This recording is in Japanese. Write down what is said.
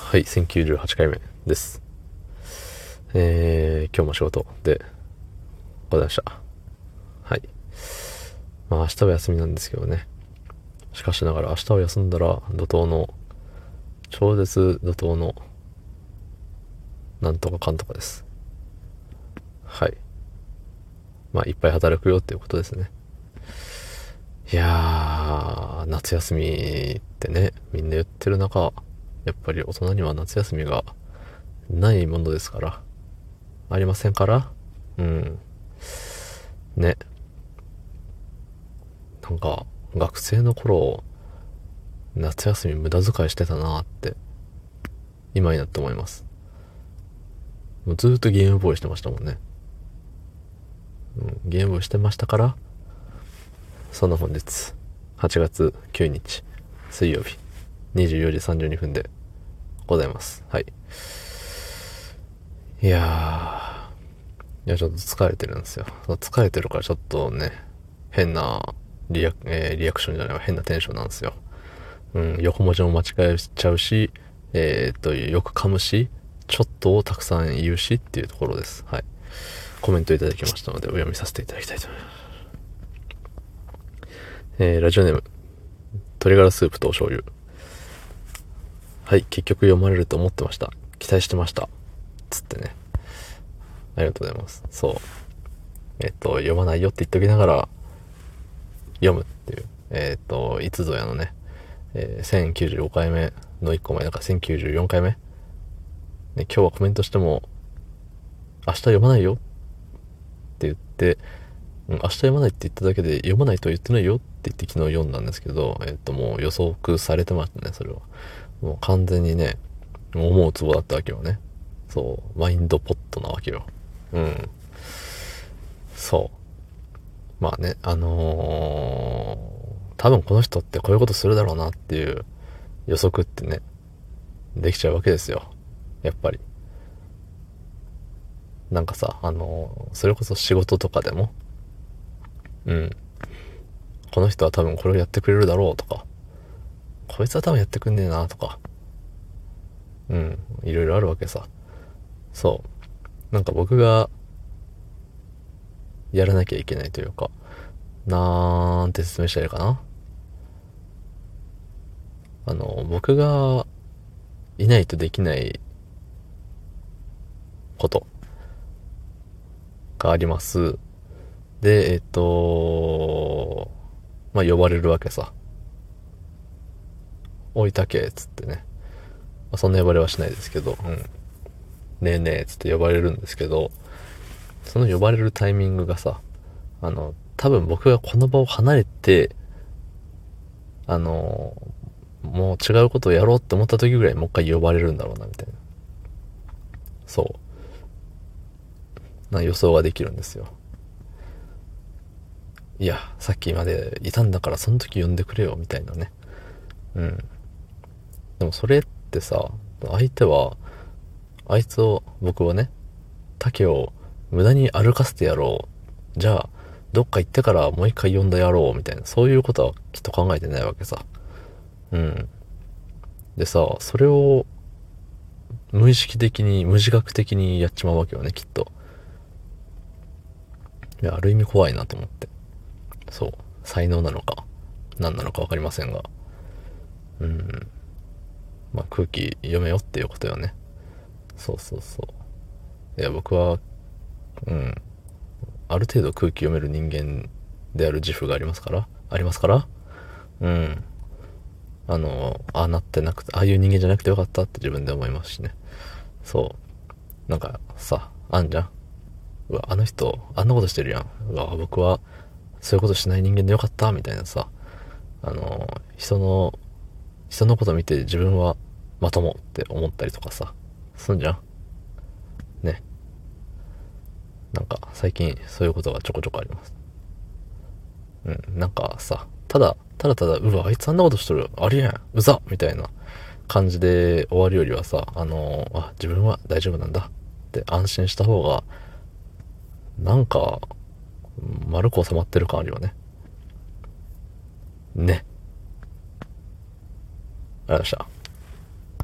はい、1098回目です。今日も仕事でございました。はい。まあ明日は休みなんですけどね。しかしながら明日を休んだら超絶怒涛のなんとかかんとかです。はい。まあいっぱい働くよっていうことですね。いやー、夏休みってね、みんな言ってる中、やっぱり大人には夏休みがないものですから、ありませんから、うん。ね、なんか、学生の頃、夏休み無駄遣いしてたなーって、今になって思います。もうずーっとゲームボーイしてましたもんね。ゲームボーイしてましたから、そんな本日、8月9日、水曜日、24時32分でございます。はい。いやー、いや、ちょっと疲れてるんですよ。疲れてるからちょっとね、変なリアクションじゃないわ、変なテンションなんですよ。横文字も間違えちゃうし、よく噛むし、ちょっとをたくさん言うしっていうところです。はい。コメントいただきましたので、お読みさせていただきたいと思います。ラジオネーム、鶏ガラスープとお醤油。はい、結局読まれると思ってました。期待してました。つってね。ありがとうございます。そう。読まないよって言っときながら、読むっていう。いつぞやのね、1095回目の1個前、だから1094回目。ね、今日はコメントしても、明日読まないよって言って、明日読まないって言っただけで、読まないとは言ってないよって言って昨日読んだんですけど、もう予測されてましたね、それは。もう完全にね、思うツボだったわけよね。そう、マインドポットなわけよ。うん。そう。まあね、多分この人ってこういうことするだろうなっていう予測ってね、できちゃうわけですよ。やっぱり。なんかさ、それこそ仕事とかでも、うん、この人は多分これをやってくれるだろうとか、こいつは多分やってくんねえなとか、いろいろあるわけさ。そう。なんか僕がやらなきゃいけないというか、なんて説明したらいいかな。僕がいないとできないことがあります。で、まあ、呼ばれるわけさ。おいたけ、つってね。まあ、そんな呼ばれはしないですけど、ねえねえ、つって呼ばれるんですけど、その呼ばれるタイミングがさ、多分僕がこの場を離れて、もう違うことをやろうって思った時ぐらいもう一回呼ばれるんだろうな、みたいな。そう。な予想ができるんですよ。いや、さっきまでいたんだからその時呼んでくれよ、みたいなね。うん。でもそれってさ、相手は、あいつを、僕はね、竹を無駄に歩かせてやろう。じゃあ、どっか行ってからもう一回呼んでやろう、みたいな、そういうことはきっと考えてないわけさ。うん。でさ、それを無意識的に、無自覚的にやっちまうわけよね、きっと。いや、ある意味怖いなと思って。そう。才能なのか、何なのかわかりませんが。うん。まあ、空気読めよっていうことよね。そうそうそう。いや、僕は、うん。ある程度空気読める人間である自負がありますから、うん。ああなってなくて、ああいう人間じゃなくてよかったって自分で思いますしね。そう。なんかさ、あんじゃん。うわ、あの人、あんなことしてるやん。うわ、僕は、そういうことしない人間でよかったみたいなさ、あの、人のこと見て自分はまともって思ったりとかさ、すんじゃん。ね。なんか、最近そういうことがちょこちょこあります。なんかさ、ただ、うわ、あいつあんなことしとる。ありえん。うざみたいな感じで終わるよりはさ、自分は大丈夫なんだって安心した方が、なんか、丸く収まってる感あるよね。ね。ありがとうございました。